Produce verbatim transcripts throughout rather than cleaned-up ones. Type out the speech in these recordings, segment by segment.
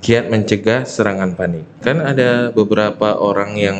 Kiat mencegah serangan panik. Kan ada beberapa orang yang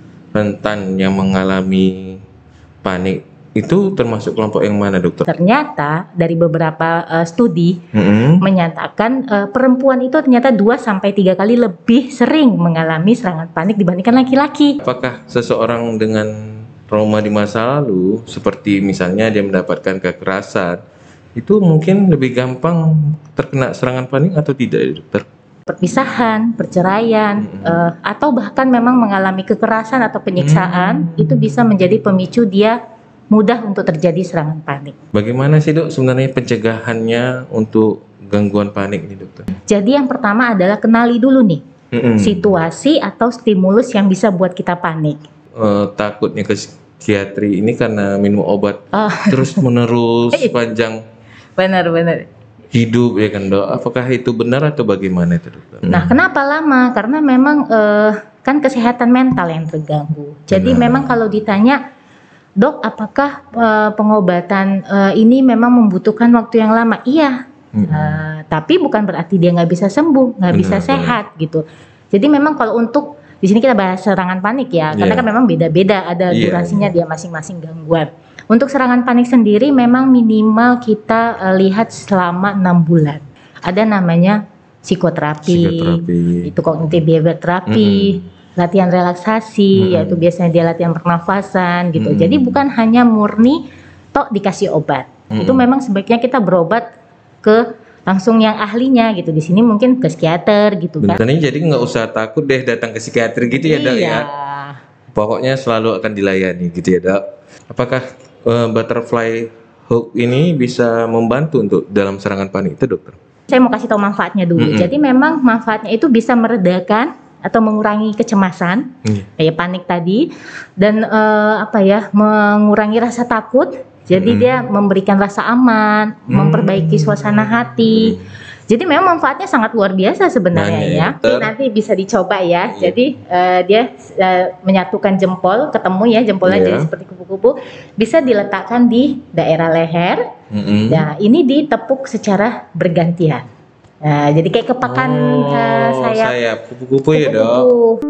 rentan yang mengalami panik. Itu termasuk kelompok yang mana, dokter? Ternyata dari beberapa uh, studi Mm-hmm. menyatakan uh, perempuan itu ternyata dua sampai tiga kali lebih sering mengalami serangan panik dibandingkan laki-laki. Apakah seseorang dengan trauma di masa lalu, seperti misalnya dia mendapatkan kekerasan, itu mungkin lebih gampang terkena serangan panik atau tidak, dokter? Perpisahan, perceraian, hmm. uh, atau bahkan memang mengalami kekerasan atau penyiksaan, hmm. itu bisa menjadi pemicu dia mudah untuk terjadi serangan panik. Bagaimana sih, dok, sebenarnya pencegahannya untuk gangguan panik nih, dokter? Jadi yang pertama adalah kenali dulu nih hmm. situasi atau stimulus yang bisa buat kita panik. Uh, takutnya ke psikiatri ini karena minum obat oh. terus menerus sepanjang benar-benar hidup, ya kan, dok? Apakah itu benar atau bagaimana itu, dokter? Nah, kenapa lama? Karena memang uh, kan kesehatan mental yang terganggu. Jadi benar. Memang kalau ditanya, dok, apakah uh, pengobatan uh, ini memang membutuhkan waktu yang lama? Iya, hmm. uh, tapi bukan berarti dia nggak bisa sembuh, nggak bisa sehat, gitu. Jadi memang kalau untuk di sini kita bahas serangan panik ya, yeah. karena kan memang beda-beda, ada yeah. durasinya dia masing-masing gangguan. Untuk serangan panik sendiri memang minimal kita uh, lihat selama enam bulan. Ada namanya psikoterapi, psikoterapi. itu kognitif behavior terapi, mm-hmm. latihan relaksasi, mm-hmm. yaitu biasanya dia latihan pernafasan gitu. Mm-hmm. Jadi bukan hanya murni tok dikasih obat. Mm-hmm. Itu memang sebaiknya kita berobat ke langsung yang ahlinya gitu. Di sini mungkin ke psikiater gitu kan. Bener, jadi nggak usah takut deh datang ke psikiater gitu ya, dok, iya. ya. Pokoknya selalu akan dilayani gitu ya, dok. Apakah uh, butterfly hook ini bisa membantu untuk dalam serangan panik itu, dokter? Saya mau kasih tahu manfaatnya dulu. Mm-hmm. Jadi memang manfaatnya itu bisa meredakan atau mengurangi kecemasan, mm. kayak panik tadi, dan uh, apa ya, mengurangi rasa takut. Jadi hmm. dia memberikan rasa aman, hmm. memperbaiki suasana hati. Hmm. Jadi memang manfaatnya sangat luar biasa sebenarnya nah, ya. Betul. Nanti bisa dicoba ya. Hmm. Jadi uh, dia uh, menyatukan jempol, ketemu ya jempolnya yeah. jadi seperti kupu-kupu. Bisa diletakkan di daerah leher. Hmm. Nah ini ditepuk secara bergantian. Nah jadi kayak kepakan oh, uh, sayap. sayap kupu-kupu ya, dok.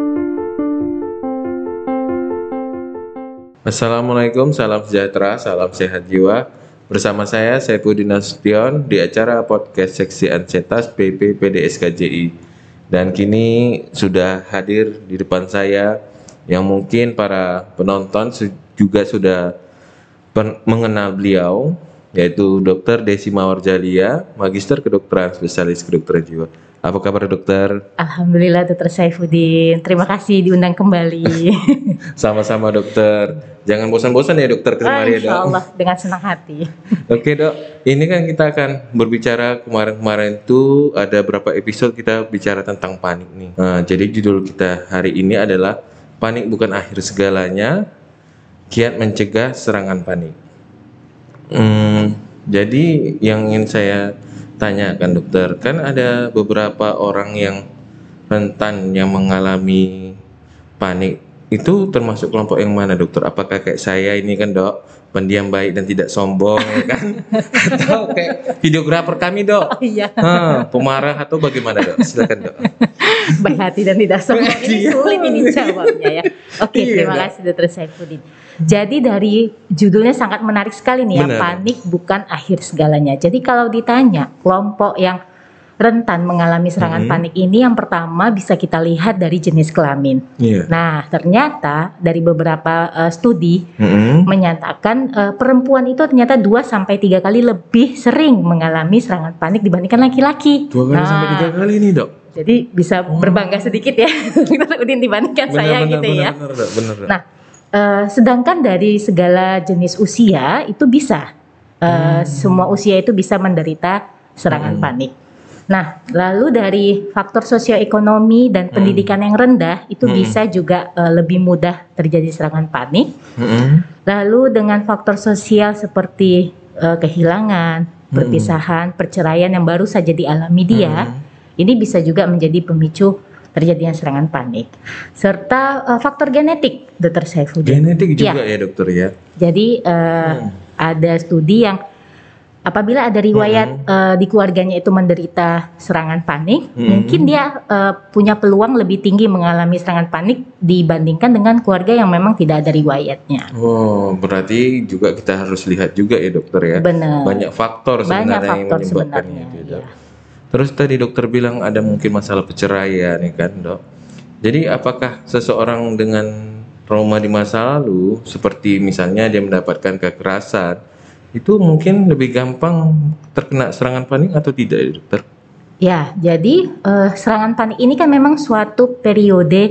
Assalamualaikum, salam sejahtera, salam sehat jiwa. Bersama saya Saifuddin Nasution di acara podcast Seksi Ansietas P P P D S K J I. Dan kini sudah hadir di depan saya yang mungkin para penonton juga sudah mengenal beliau, yaitu dokter Desi Mawarjalia, Magister Kedokteran Spesialis Kedokteran Jiwa. Apa kabar, dokter? Alhamdulillah, dokter Saifuddin. Terima kasih diundang kembali. Sama-sama, dokter. Jangan bosan-bosan ya, dokter, kemarin, ah, insya Allah, dok. Dengan senang hati. Oke, dok. Ini kan kita akan berbicara kemarin-kemarin tuh ada berapa episode kita bicara tentang panik nih. Nah, jadi judul kita hari ini adalah Panik Bukan Akhir Segalanya, Kiat Mencegah Serangan Panik. Hmm, jadi yang ingin saya tanyakan, dokter, kan ada beberapa orang yang rentan yang mengalami panik. Itu termasuk kelompok yang mana, dokter? Apakah kayak saya ini kan, dok, pendiam baik dan tidak sombong, ya kan? Atau kayak videografer kami, dok? Oh, iya. Ha, pemarah atau bagaimana, dok? Silakan, dok. Baik hati dan tidak sombong. Ini sulit ini jawabnya ya. Oke, iya, terima dok. kasih, dokter Saifuddin. Jadi dari judulnya sangat menarik sekali nih ya, Benar. Panik Bukan Akhir Segalanya. Jadi kalau ditanya kelompok yang rentan mengalami serangan mm-hmm. panik ini, yang pertama bisa kita lihat dari jenis kelamin. Yeah. Nah, ternyata dari beberapa uh, studi mm-hmm. menyatakan uh, perempuan itu ternyata dua sampai tiga kali lebih sering mengalami serangan panik dibandingkan laki-laki. Dua kali nah, sampai tiga kali nih, dok. Jadi bisa oh. berbangga sedikit ya, dibandingkan benar, saya benar, gitu benar, ya. Benar, benar, benar. Nah, uh, sedangkan dari segala jenis usia itu bisa, uh, hmm. semua usia itu bisa menderita serangan hmm. panik. Nah, lalu dari faktor sosioekonomi dan pendidikan hmm. yang rendah itu hmm. bisa juga uh, lebih mudah terjadi serangan panik. Hmm. Lalu dengan faktor sosial seperti uh, kehilangan, hmm. perpisahan, perceraian yang baru saja dialami dia, hmm. ini bisa juga menjadi pemicu terjadinya serangan panik. Serta uh, faktor genetik, dokter Saifuddin. Genetik juga ya, ya dokter ya. Jadi uh, hmm. ada studi yang apabila ada riwayat Mm-mm. uh, di keluarganya itu menderita serangan panik, Mm-mm. mungkin dia uh, punya peluang lebih tinggi mengalami serangan panik dibandingkan dengan keluarga yang memang tidak ada riwayatnya. Oh, berarti juga kita harus lihat juga ya dokter ya. Benar. Banyak faktor Banyak sebenarnya faktor yang menyebabkan sebenarnya, itu, iya. Dok. Terus tadi dokter bilang ada mungkin masalah perceraian ya kan, Dok. Jadi apakah seseorang dengan trauma di masa lalu seperti misalnya dia mendapatkan kekerasan itu mungkin lebih gampang terkena serangan panik atau tidak ya, dokter? Ya, jadi uh, serangan panik ini kan memang suatu periode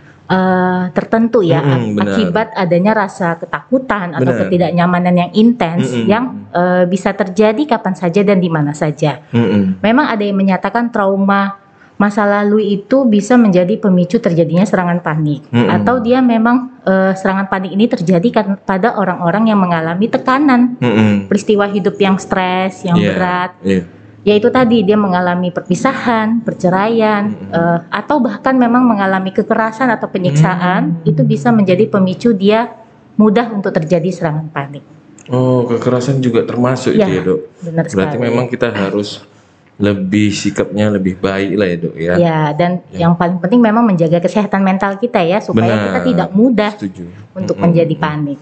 uh, tertentu ya, Mm-mm, benar. akibat adanya rasa ketakutan atau Benar. ketidaknyamanan yang intens Mm-mm. yang uh, bisa terjadi kapan saja dan di mana saja. Mm-mm. Memang ada yang menyatakan trauma masa lalu itu bisa menjadi pemicu terjadinya serangan panik, Mm-mm. atau dia memang uh, serangan panik ini terjadi kan pada orang-orang yang mengalami tekanan, Mm-mm. peristiwa hidup yang stres, yang Iya, berat, iya. yaitu tadi dia mengalami perpisahan, perceraian, Mm-mm. uh, atau bahkan memang mengalami kekerasan atau penyiksaan, Mm. itu bisa menjadi pemicu dia mudah untuk terjadi serangan panik. Oh, kekerasan juga termasuk Ya, itu ya, Dok. benar Berarti sekali. memang kita harus lebih sikapnya lebih baik lah ya, Dok ya. Ya, dan Ya. yang paling penting memang menjaga kesehatan mental kita ya, supaya Benar. kita tidak mudah Setuju. untuk Mm-mm. menjadi panik.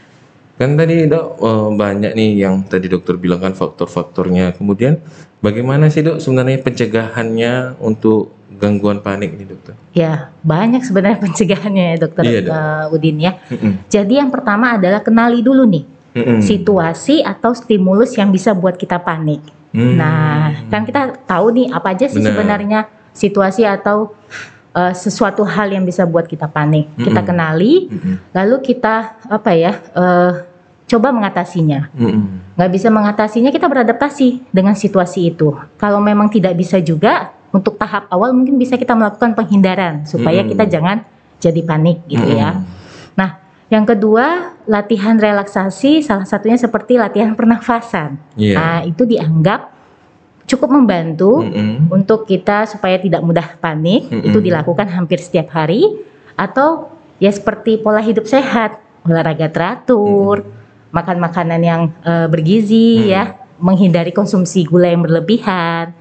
Kan tadi Dok eh, banyak nih yang tadi dokter bilang kan faktor-faktornya. Kemudian bagaimana sih Dok sebenarnya pencegahannya untuk gangguan panik nih dokter? Ya, banyak sebenarnya pencegahannya ya, Dokter Iya, Dok. uh, Udin ya. Mm-mm. Jadi yang pertama adalah kenali dulu nih Mm-mm. situasi atau stimulus yang bisa buat kita panik. Hmm. Nah, kan kita tahu nih apa aja sih Benar. sebenarnya situasi atau uh, sesuatu hal yang bisa buat kita panik. Kita Mm-mm. kenali, Mm-mm. lalu kita apa ya? Uh, coba mengatasinya. Mm-mm. Nggak bisa mengatasinya, kita beradaptasi dengan situasi itu. Kalau memang tidak bisa juga, untuk tahap awal mungkin bisa kita melakukan penghindaran supaya Mm-mm. kita jangan jadi panik gitu ya. Mm-mm. Nah, yang kedua, latihan relaksasi, salah satunya seperti latihan pernafasan. Iya. Nah, itu dianggap cukup membantu Mm-mm. untuk kita supaya tidak mudah panik. Mm-mm. Itu dilakukan hampir setiap hari, atau ya seperti pola hidup sehat, olahraga teratur, makan makanan yang eh, bergizi Mm. ya, menghindari konsumsi gula yang berlebihan,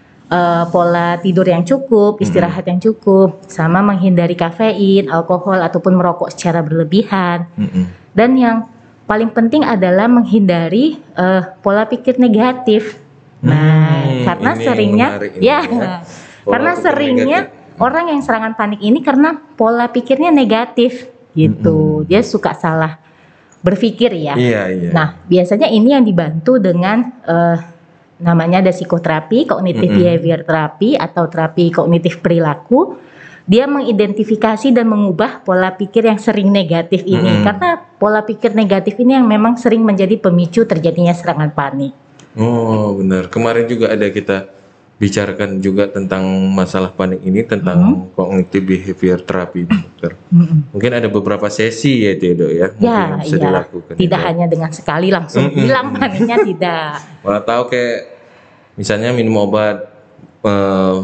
eh, pola tidur yang cukup, istirahat yang cukup, sama menghindari kafein, alkohol ataupun merokok secara berlebihan. Mm-mm. Dan yang paling penting adalah menghindari eh, pola pikir negatif. Nah, Hmm, karena ini yang seringnya menarik ini ya, ya. Pola karena pikir seringnya negatif. orang yang serangan panik ini karena pola pikirnya negatif gitu. Dia suka salah berpikir ya. Iya, iya. Nah, biasanya ini yang dibantu dengan eh, namanya ada psikoterapi, cognitive Mm-mm. behavior therapy atau terapi kognitif perilaku. Dia mengidentifikasi dan mengubah pola pikir yang sering negatif ini, Mm-mm. karena pola pikir negatif ini yang memang sering menjadi pemicu terjadinya serangan panik. Oh, benar. Kemarin juga ada kita bicarakan juga tentang masalah panik ini tentang cognitive behavior therapy, dokter. Mm-mm. Mungkin ada beberapa sesi ya itu ya, Dok ya, mungkin Ya, yang bisa iya. dilakukan. Tidak ya, Dok. hanya dengan sekali langsung Mm-mm. hilang paniknya, tidak. Malah tahu kayak misalnya minum obat eh,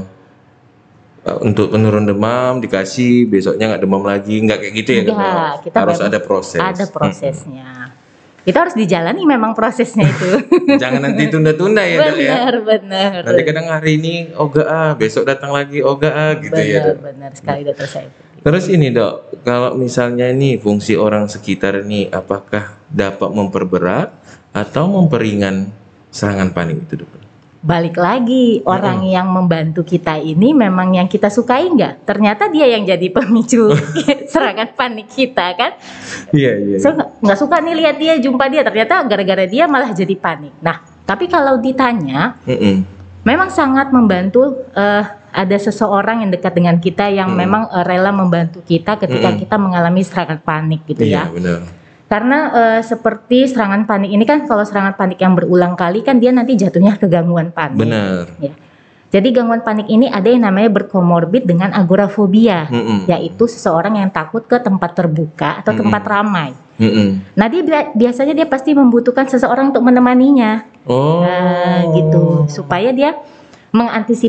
eh, untuk penurun demam dikasih, besoknya nggak demam lagi, nggak kayak gitu ya, Enggak, Dok? kita Harus memang ada proses. Ada prosesnya. Kita harus dijalani memang prosesnya itu. Jangan nanti tunda-tunda ya, Dok ya. Benar, benar. Nanti kadang hari ini oga ah, besok datang lagi oga ah gitu ya, Benar, Dok. benar sekali Dokter Saiful. Terus ini, Dok, kalau misalnya ini fungsi orang sekitar ini apakah dapat memperberat atau memperingan serangan panik itu, Dok? Balik lagi, orang yang membantu kita ini memang yang kita sukai nggak? Ternyata dia yang jadi pemicu serangan panik kita kan? Iya, iya. Saya nggak nggak suka nih lihat dia, jumpa dia, ternyata gara-gara dia malah jadi panik. Nah, tapi kalau ditanya, Mm-mm. memang sangat membantu eh, ada seseorang yang dekat dengan kita yang Mm. memang eh, rela membantu kita ketika Mm-mm. kita mengalami serangan panik gitu ya. Iya, benar. Karena eh, seperti serangan panik ini kan, kalau serangan panik yang berulang kali kan dia nanti jatuhnya ke gangguan panik. Benar. Ya. Jadi gangguan panik ini ada yang namanya berkomorbid dengan agorafobia, Mm-mm. yaitu seseorang yang takut ke tempat terbuka atau Mm-mm. tempat ramai. Mm-mm. Nah, dia bia- biasanya dia pasti membutuhkan seseorang untuk menemaninya. Oh. Nah, gitu. Supaya dia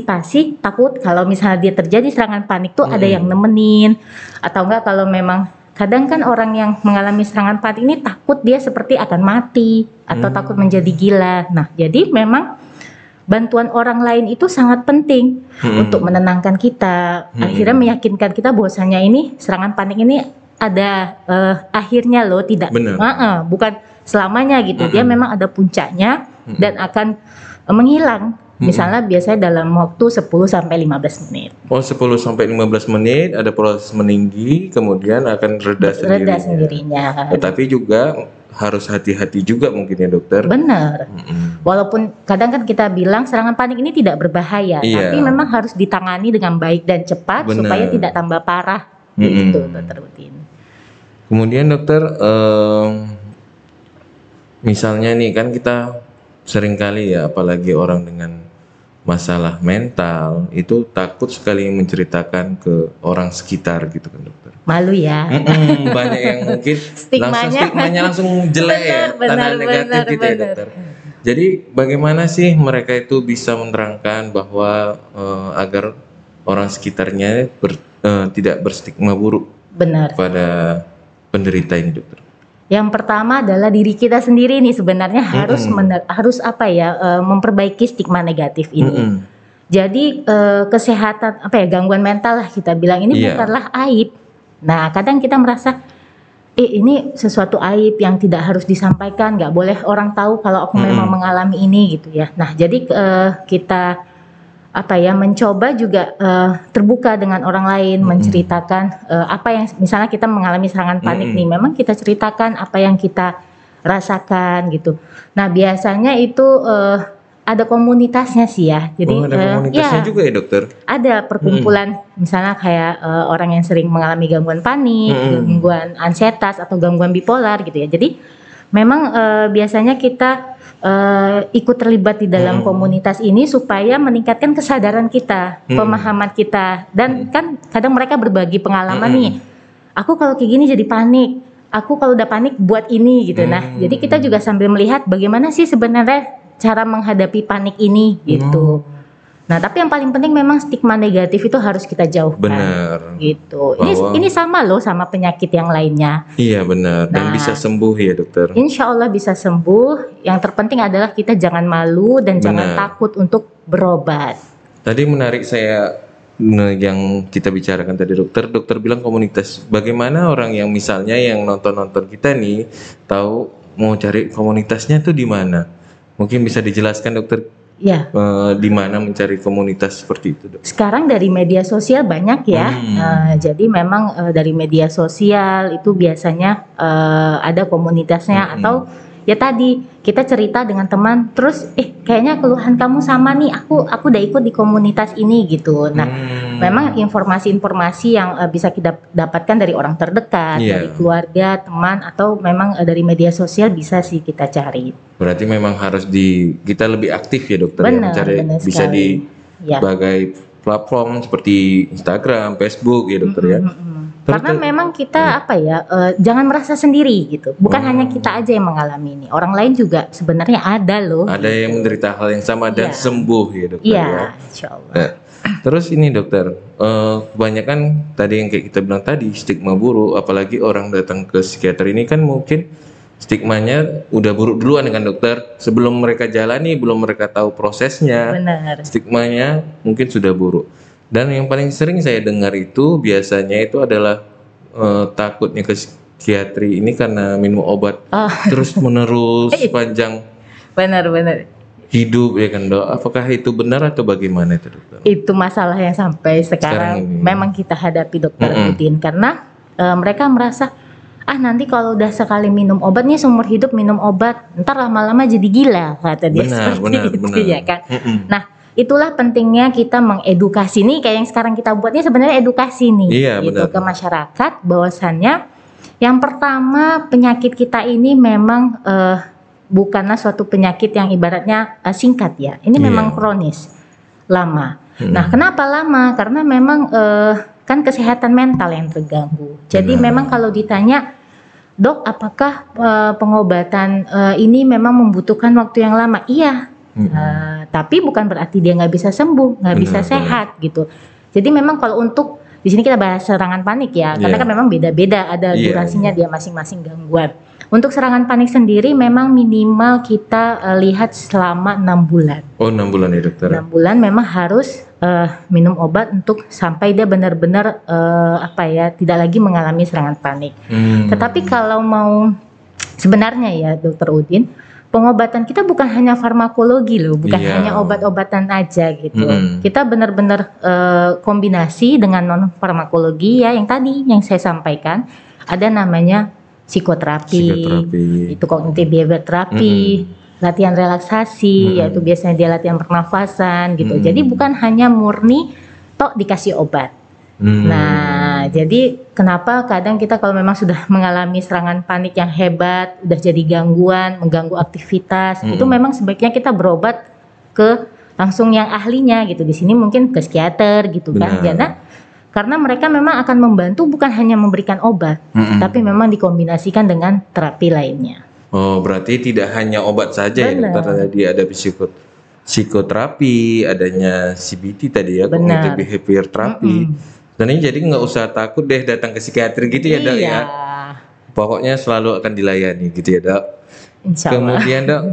mengantisipasi takut kalau misalnya dia terjadi serangan panik tuh ada Mm. yang nemenin, atau enggak kalau memang kadang kan orang yang mengalami serangan panik ini takut dia seperti akan mati atau Hmm. takut menjadi gila. Nah, jadi memang bantuan orang lain itu sangat penting Hmm. untuk menenangkan kita. Hmm. Akhirnya meyakinkan kita bahwasanya ini serangan panik ini ada eh, akhirnya loh, tidak Benar. Ah, ah, bukan selamanya gitu. Dia Hmm. memang ada puncaknya Hmm. dan akan eh, menghilang. Hmm. Misalnya biasanya dalam waktu sepuluh sampai lima belas menit. Oh, sepuluh sampai lima belas menit ada proses meninggi, kemudian akan reda sendiri. Reda sendirinya. Tetapi juga harus hati-hati juga mungkin ya dokter. Benar. Mm-mm. Walaupun kadang kan kita bilang serangan panik ini tidak berbahaya, Iya. tapi memang harus ditangani dengan baik dan cepat Benar. supaya tidak tambah parah. Mm-mm. Gitu, dokter Udin. Kemudian dokter, em, misalnya nih kan kita seringkali ya, apalagi orang dengan masalah mental itu takut sekali menceritakan ke orang sekitar gitu kan dokter. Malu ya. Mm-mm, banyak yang mungkin langsung Stigmanya. stigmanya langsung jelek ya, Benar, tanda benar, negatif benar, gitu ya benar. dokter. Jadi bagaimana sih mereka itu bisa menerangkan bahwa eh, agar orang sekitarnya ber- eh, tidak berstigma buruk Benar. pada penderita ini dokter? Yang pertama adalah diri kita sendiri nih sebenarnya harus Mm-mm. mener- harus apa ya eh, memperbaiki stigma negatif ini. Mm-mm. Jadi eh, kesehatan apa ya, gangguan mental lah kita bilang ini Iya. bukanlah aib. Nah, kadang kita merasa eh ini sesuatu aib yang tidak harus disampaikan, nggak boleh orang tahu kalau aku Mm-mm. memang mengalami ini gitu ya. Nah, jadi eh, kita apa ya mencoba juga eh, terbuka dengan orang lain, Mm-mm. menceritakan eh, apa yang misalnya kita mengalami serangan panik Mm-mm. nih, memang kita ceritakan apa yang kita rasakan gitu. Nah, biasanya itu eh, ada komunitasnya sih ya. Jadi Oh, ada eh, komunitasnya ya, juga ya dokter? ada perkumpulan misalnya kayak eh, orang yang sering mengalami gangguan panik, Mm-mm. gangguan ansietas atau gangguan bipolar gitu ya. Jadi memang eh, biasanya kita eh, ikut terlibat di dalam Mm-mm. komunitas ini supaya meningkatkan kesadaran kita, Mm-mm. pemahaman kita. Dan kan kadang mereka berbagi pengalaman Mm-mm. nih. Aku kalau kayak gini jadi panik. Aku kalau udah panik buat ini gitu. Nah, Mm. jadi kita juga sambil melihat bagaimana sih sebenarnya cara menghadapi panik ini gitu. Mm. Nah, tapi yang paling penting memang stigma negatif itu harus kita jauhkan. Benar. Gitu. Ini Bahwa- ini sama loh sama penyakit yang lainnya. Iya benar. Dan Nah. bisa sembuh ya dokter? Insya Allah bisa sembuh. Yang terpenting adalah kita jangan malu dan jangan Benar. takut untuk berobat. Tadi menarik saya nah, yang kita bicarakan tadi dokter, dokter bilang komunitas. Bagaimana orang yang misalnya yang nonton-nonton kita nih tahu mau cari komunitasnya tuh di mana? Mungkin bisa dijelaskan dokter Ya, eh, di mana mencari komunitas seperti itu dok? sekarang dari media sosial banyak ya. Hmm. Nah, jadi memang eh, dari media sosial itu biasanya eh, ada komunitasnya Hmm. atau ya tadi kita cerita dengan teman terus eh kayaknya keluhan kamu sama nih, aku aku udah ikut di komunitas ini gitu. Nah, Hmm. memang informasi-informasi yang eh, bisa kita dapatkan dari orang terdekat, Iya. dari keluarga, teman atau memang eh, dari media sosial bisa sih kita cari. Berarti memang harus di kita lebih aktif ya dokter ya, Benar, mencari benar bisa sekali. di Ya. berbagai platform seperti Instagram, Facebook ya dokter ya. Mm-mm. Terus Karena ter- memang kita apa ya, eh, jangan merasa sendiri gitu. Bukan Oh. hanya kita aja yang mengalami ini, orang lain juga sebenarnya ada loh. Ada yang menderita hal yang sama dan Iya. sembuh ya dokter Iya, ya. insya Allah. Nah, terus ini dokter, eh, kebanyakan tadi yang kayak kita bilang tadi stigma buruk, apalagi orang datang ke psikiater ini kan mungkin stigmanya udah buruk duluan dengan dokter. Sebelum mereka jalani, belum mereka tahu prosesnya, Benar. stigmanya mungkin sudah buruk. Dan yang paling sering saya dengar itu biasanya itu adalah eh, takutnya ke psikiatri ini karena minum obat Oh, terus menerus sepanjang benar-benar. hidup ya kan dok. Apakah itu benar atau bagaimana itu dokter? Itu masalah yang sampai Sekarang sekarang, ini. memang kita hadapi dokter Mm-mm. Udin karena eh, mereka merasa ah nanti kalau udah sekali minum obat nih seumur hidup minum obat, ntar lama-lama jadi gila kata dia Benar, seperti benar, itu benar. ya kan. Mm-mm. Nah, itulah pentingnya kita mengedukasi nih kayak yang sekarang kita buatnya sebenarnya edukasi nih Iya, gitu benar. ke masyarakat bahwasannya yang pertama penyakit kita ini memang eh, bukanlah suatu penyakit yang ibaratnya eh, singkat ya. Ini Iya. memang kronis, lama. Mm. Nah, kenapa lama? Karena memang eh, kan kesehatan mental yang terganggu. Jadi Benar. memang kalau ditanya, dok, apakah eh, pengobatan eh, ini memang membutuhkan waktu yang lama? Iya. Mm-mm. Eh, tapi bukan berarti dia nggak bisa sembuh, nggak bisa Benar, sehat gitu. Jadi memang kalau untuk di sini kita bahas serangan panik ya, karena Iya. kan memang beda-beda, ada Iya, durasinya iya. dia masing-masing gangguan. Untuk serangan panik sendiri memang minimal kita uh, lihat selama enam bulan. Oh, enam bulan ya dokter. enam bulan memang harus uh, minum obat untuk sampai dia benar-benar uh, apa ya, tidak lagi mengalami serangan panik. Hmm. Tetapi kalau mau sebenarnya ya Dokter Udin, pengobatan kita bukan hanya farmakologi loh, bukan Iya. hanya obat-obatan aja gitu. Mm-mm. Kita benar-benar uh, kombinasi dengan non farmakologi ya, yang tadi yang saya sampaikan ada namanya psikoterapi, Psikoterapi. itu kognitif behavior terapi, latihan relaksasi, Mm-mm. yaitu biasanya dia latihan pernafasan gitu. Mm-mm. Jadi bukan hanya murni tok dikasih obat. Hmm. Nah, jadi kenapa kadang kita kalau memang sudah mengalami serangan panik yang hebat, udah jadi gangguan, mengganggu aktivitas, Mm-mm. itu memang sebaiknya kita berobat ke langsung yang ahlinya gitu. Di sini mungkin ke psikiater gitu kan, Benar. karena karena mereka memang akan membantu bukan hanya memberikan obat, Mm-mm. tapi memang dikombinasikan dengan terapi lainnya. Oh, berarti tidak hanya obat saja ya Benar. dokter, tadi ada psikot psikoterapi, adanya C B T tadi ya, Benar. cognitive behavior terapi. Mm-mm. Sebenarnya jadi nggak usah takut deh datang ke psikiater gitu ya dok Iya, ya. Pokoknya selalu akan dilayani gitu ya dok. insya Allah. Kemudian dok,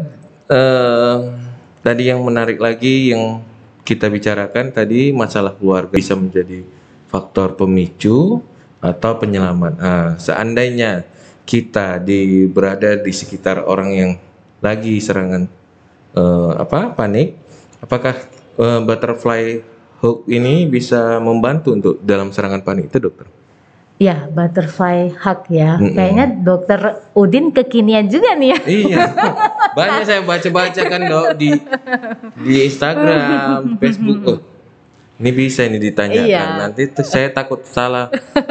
eh, tadi yang menarik lagi yang kita bicarakan tadi masalah keluarga bisa menjadi faktor pemicu atau penyelamat. Nah, seandainya kita di berada di sekitar orang yang lagi serangan eh, apa panik, apakah eh, butterfly hook ini bisa membantu untuk dalam serangan panik itu dokter? Ya, butterfly hug ya. Mm-mm. Kayaknya Dokter Udin kekinian juga nih ya. Iya, banyak saya baca-baca kan dok di di Instagram, Facebook. Oh, ini bisa ini ditanyakan. Iya. Nanti tuh saya takut salah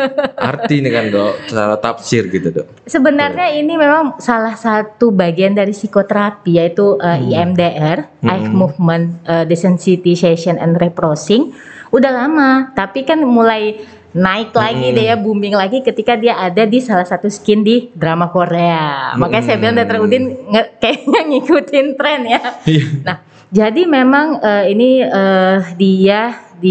arti nih kan dok, salah tafsir gitu dok. Sebenarnya ini memang salah satu bagian dari psikoterapi, yaitu uh, I M D R, Eye Movement uh, Desensitization and Reprocessing. Udah lama, tapi kan mulai naik lagi deh ya, booming lagi ketika dia ada di salah satu skin di drama Korea. Makanya saya bilang Dokter Udin nge- kayaknya ngikutin tren ya. Iya. Nah, jadi memang uh, ini uh, dia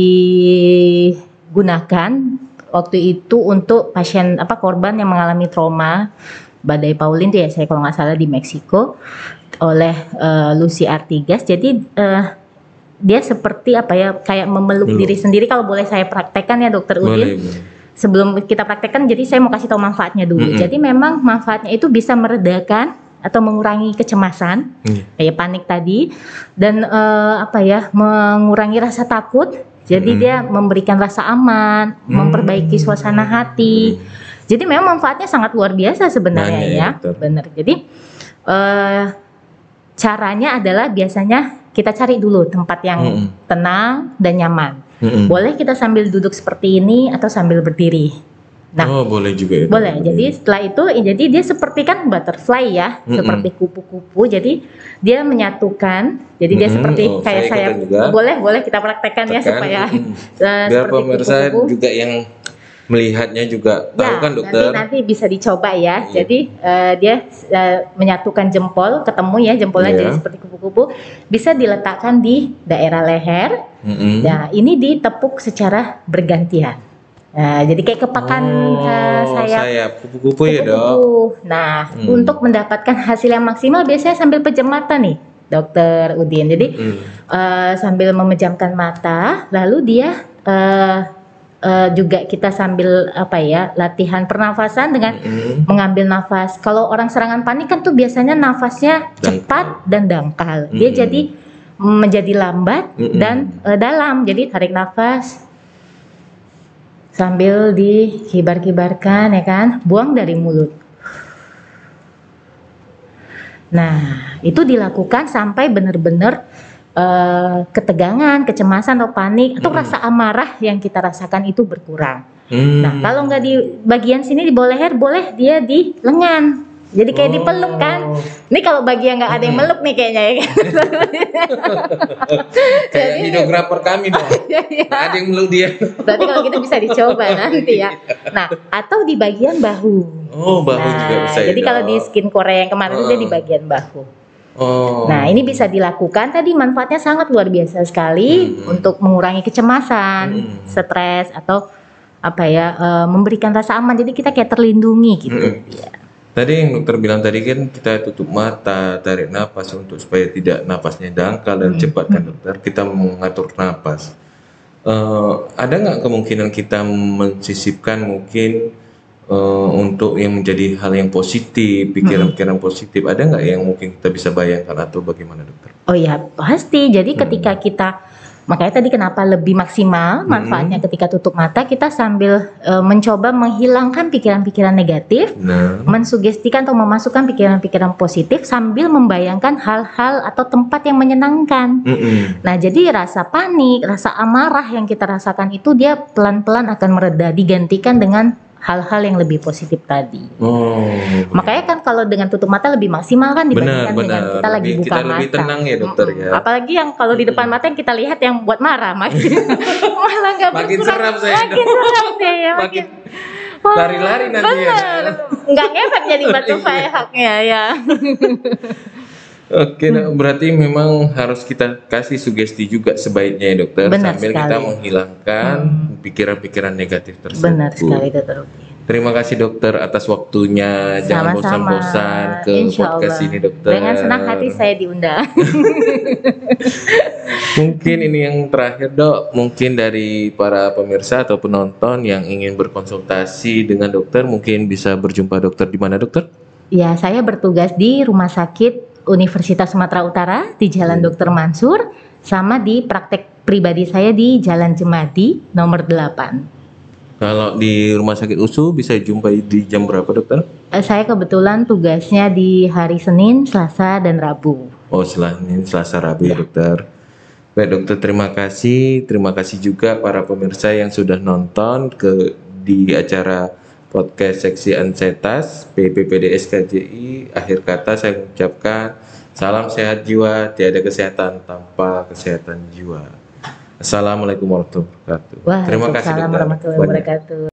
digunakan waktu itu untuk pasien apa korban yang mengalami trauma badai Pauline tuh ya, saya kalau nggak salah di Meksiko, oleh uh, Lucy Artigas. Jadi uh, dia seperti apa ya, kayak memeluk Meluk. diri sendiri. Kalau boleh saya praktekkan ya Dokter Boleh, Udin. boleh. Sebelum kita praktekkan, jadi saya mau kasih tahu manfaatnya dulu. Mm-mm. Jadi memang manfaatnya itu bisa meredakan atau mengurangi kecemasan, Hmm. kayak panik tadi, dan eh, apa ya, mengurangi rasa takut. Jadi Mm-mm. dia memberikan rasa aman, Hmm. memperbaiki suasana hati. Jadi memang manfaatnya sangat luar biasa sebenarnya Banyak ya, ya, dokter. benar. Jadi eh, caranya adalah biasanya kita cari dulu tempat yang Mm-mm. tenang dan nyaman. Mm-mm. Boleh kita sambil duduk seperti ini atau sambil berdiri. Nah, Oh boleh juga ya. boleh. Jadi setelah itu, eh, jadi dia seperti kan butterfly ya, Mm-mm. seperti kupu-kupu. Jadi dia menyatukan. Jadi dia Mm-mm. seperti Oh, kayak saya saya. ikutan juga. Boleh, boleh kita praktekkan ya Tekan. supaya Mm-mm. eh, Biar seperti pemirsa kupu-kupu. juga yang melihatnya juga tahu Ya, kan dokter. nanti nanti bisa dicoba ya. Iya. Jadi eh, dia eh, menyatukan jempol, ketemu ya jempolnya Iya. jadi seperti kupu-kupu. Bisa diletakkan di daerah leher. Mm-mm. Nah, ini ditepuk secara bergantian. Nah, jadi kayak kepakan Oh, eh, sayap sayap kupu-kupu ya dok. kupu-kupu. Nah, Hmm. untuk mendapatkan hasil yang maksimal biasanya sambil pejam mata nih, Dokter Udin. Jadi Mm. eh, sambil memejamkan mata, lalu dia eh, eh, juga kita sambil apa ya, latihan pernafasan dengan Mm-mm. mengambil nafas. Kalau orang serangan panik kan tuh biasanya nafasnya Dangkal. cepat dan dangkal. Dia Mm-mm. jadi menjadi lambat Mm-mm. dan eh, dalam. Jadi tarik nafas sambil dikibar-kibarkan ya kan, buang dari mulut. Nah, itu dilakukan sampai benar-benar eh, ketegangan, kecemasan atau panik atau Mm-mm. rasa amarah yang kita rasakan itu berkurang. Mm. Nah, kalau nggak di bagian sini di bawah leher, boleh dia di lengan. Jadi kayak Oh. dipeluk kan. Ini kalau bagian nggak ada yang meluk nih kayaknya ya kan. Kayak videografer kami dong. Iya. Nggak ada yang meluk dia. Berarti kalau gitu bisa dicoba nanti ya. Nah, atau di bagian bahu. Oh bahu Nah, juga bisa ya jadi kalau dok. di skin Korea yang kemarin itu dia di Oh. bagian bahu. Oh. Nah, ini bisa dilakukan. Tadi manfaatnya sangat luar biasa sekali Hmm. untuk mengurangi kecemasan, Hmm. stres atau apa ya uh, memberikan rasa aman. Jadi kita kayak terlindungi gitu. Mm-hmm. Ya. Tadi yang dokter bilang tadi kan kita tutup mata, tarik napas untuk supaya tidak napasnya dangkal dan cepat kan dokter. Kita mengatur napas. Uh, ada nggak kemungkinan kita mensisipkan mungkin uh, untuk yang menjadi hal yang positif, pikiran-pikiran positif? Ada nggak yang mungkin kita bisa bayangkan atau bagaimana dokter? Oh ya pasti. Jadi ketika kita makanya tadi kenapa lebih maksimal manfaatnya hmm. ketika tutup mata, kita sambil uh, mencoba menghilangkan pikiran-pikiran negatif, nah. mensugestikan atau memasukkan pikiran-pikiran positif sambil membayangkan hal-hal atau tempat yang menyenangkan. Hmm. Nah, jadi rasa panik, rasa amarah yang kita rasakan itu dia pelan-pelan akan mereda, digantikan dengan hal-hal yang lebih positif tadi. Oh. Makanya kan kalau dengan tutup mata lebih maksimal kan dibandingkan benar, dengan benar. kita lagi buka kita mata. Lebih tenang ya dokter ya. Apalagi yang kalau di depan mata yang kita lihat yang buat marah makin malah nggak makin seram saya. Makin seram deh ya. Makin lari-lari nanti bener. ya. Nggak ngefek jadi batu fayhaknya ya. Oke, nah, berarti memang harus kita kasih sugesti juga sebaiknya ya dokter, benar sambil sekali. kita menghilangkan hmm. pikiran-pikiran negatif tersebut. Benar sekali dokter. Terima kasih dokter atas waktunya. Sama-sama. Jangan bosan-bosan ke Insya podcast Allah. ini dokter. Dengan senang hati saya diundang. Mungkin ini yang terakhir dok, mungkin dari para pemirsa atau penonton yang ingin berkonsultasi dengan dokter, mungkin bisa berjumpa dokter di mana dokter? Ya, saya bertugas di Rumah Sakit Universitas Sumatera Utara di Jalan hmm. dokter Mansur, sama di praktek pribadi saya di Jalan Jemadi nomor delapan. Kalau di Rumah Sakit U S U bisa jumpai di jam berapa dokter? Eh, saya kebetulan tugasnya di hari Senin, Selasa, dan Rabu. Oh, Senin, Selasa, Rabu ya, ya dokter. Baik dokter, terima kasih. Terima kasih juga para pemirsa yang sudah nonton ke di acara podcast Seksi Ansetas P P P D S K J I. Akhir kata saya mengucapkan salam sehat jiwa, tiada kesehatan tanpa kesehatan jiwa. Assalamualaikum warahmatullahi wabarakatuh. Terima kasih. Assalamualaikum warahmatullahi wabarakatuh.